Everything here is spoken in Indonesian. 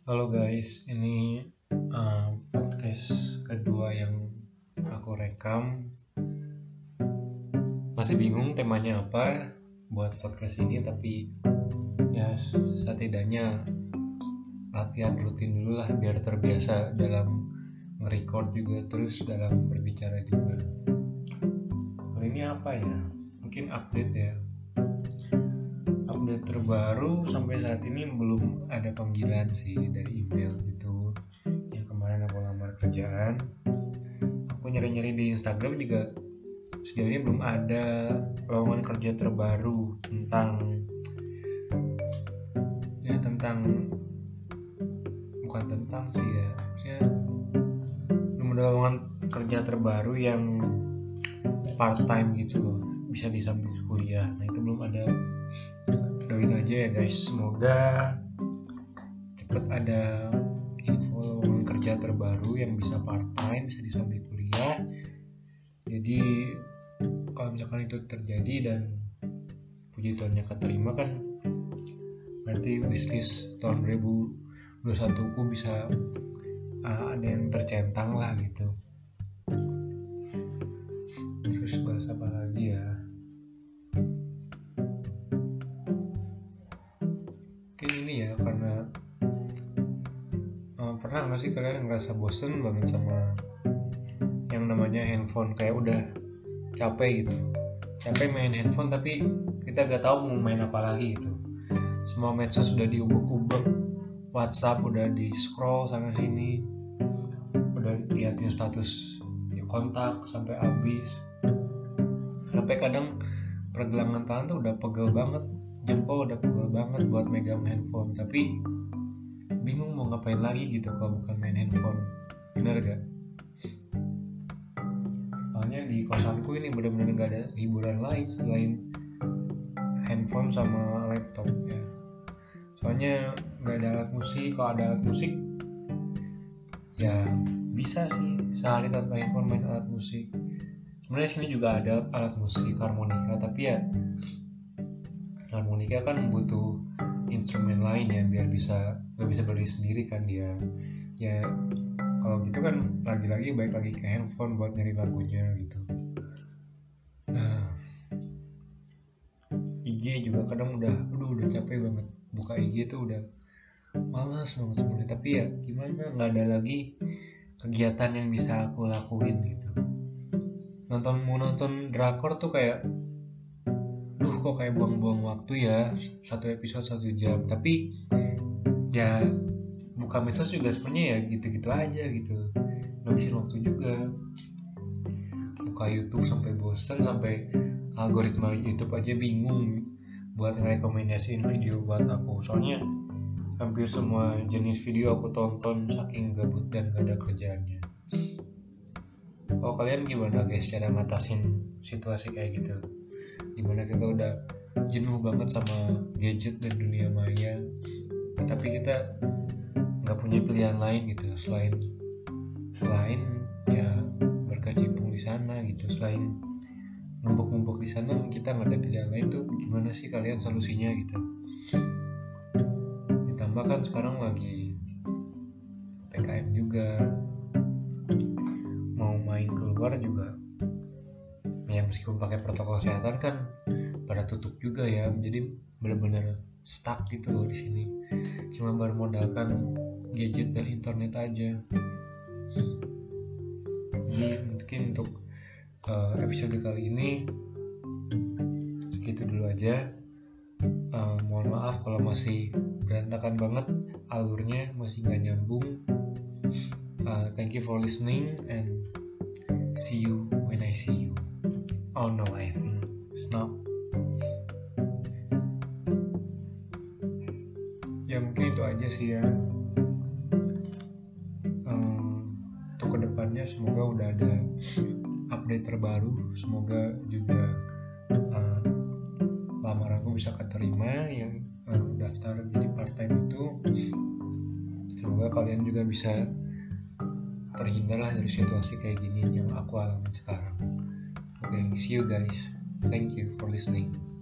Halo guys, ini podcast kedua yang aku rekam. Masih bingung temanya apa buat podcast ini, tapi ya setidaknya latihan rutin dulu lah biar terbiasa dalam nge-record juga, terus dalam berbicara juga. Kali ini apa ya? Mungkin update ya. Update terbaru sampai saat ini belum ada panggilan sih dari email gitu. Yang kemarin aku lamar kerjaan, aku nyari-nyari di Instagram juga sejauh ini belum ada lowongan kerja terbaru tentang bukan tentang sih ya belum ada lowongan kerja terbaru yang part time gitu loh, bisa di samping kuliah. Nah itu belum ada. Doain aja ya guys, semoga cepet ada info lowongan kerja terbaru yang bisa part time, bisa di samping kuliah. Jadi kalau misalkan itu terjadi dan puji Tuhannya keterima, kan berarti wishlist tahun 2021 ku bisa ada yang tercentang lah gitu. Terus bahas apa lagi ya? Mungkin ini ya, karena pernah nggak sih kalian ngerasa bosen banget sama yang namanya handphone, kayak udah capek gitu, capek main handphone tapi kita gak tahu mau main apa lagi gitu. Semua medsos sudah diubek-ubek, WhatsApp udah di scroll sana sini, udah liatin status kontak sampai habis, sampai kadang pergelangan tangan tuh udah pegel banget, jempol udah pegel banget buat megang handphone, tapi bingung mau ngapain lagi gitu kalau bukan main handphone. Bener gak? Soalnya di kosanku ini bener-bener gak ada hiburan lain selain handphone sama laptop ya. Soalnya gak ada alat musik. Kalau ada alat musik ya bisa sih sehari tanpa handphone main alat musik. Sebenarnya sini juga ada alat musik harmonika, tapi ya harmonika kan butuh instrumen lain ya biar gak bisa berdiri sendiri kan dia. Ya kalau gitu kan lagi-lagi balik lagi ke handphone buat nyari lagunya gitu. Nah, IG juga kadang udah capek banget buka IG tuh, udah malas banget sebenarnya, tapi ya gimana, nggak ada lagi kegiatan yang bisa aku lakuin gitu. Nonton drakor tuh kayak kok kayak buang-buang waktu ya, satu episode 1 jam, tapi ya buka medsos juga sebenarnya ya gitu-gitu aja gitu, ngabisin waktu juga. Buka YouTube sampai bosan, sampai algoritma YouTube aja bingung buat ngerekomendasiin video buat aku, soalnya hampir semua jenis video aku tonton saking gabut dan gak ada kerjaannya. Kalau kalian gimana guys cara ngatasin situasi kayak gitu, dimana kita udah jenuh banget sama gadget dan dunia maya, tapi kita nggak punya pilihan lain gitu selain ya berkecimpung di sana gitu. Selain numpuk-numpuk di sana, kita nggak ada pilihan lain tuh. Gimana sih kalian solusinya gitu? Ditambah kan sekarang lagi PPKM juga, mau main keluar juga ya meskipun pakai protokol kesehatan kan pada tutup juga ya, jadi benar-benar stuck gitu loh di sini, cuma bermodalkan gadget dan internet aja. Jadi mungkin untuk episode kali ini segitu dulu aja. Mohon maaf kalau masih berantakan banget alurnya, masih nggak nyambung. Thank you for listening and see you when I see you. Oh no, I think it's not. Ya mungkin itu aja sih ya. Untuk kedepannya semoga udah ada update terbaru, semoga juga lamaranku bisa keterima yang daftar jadi part time itu. Semoga kalian juga bisa terhindar lah dari situasi kayak gini yang aku alami sekarang. Okay, see you guys. Thank you for listening.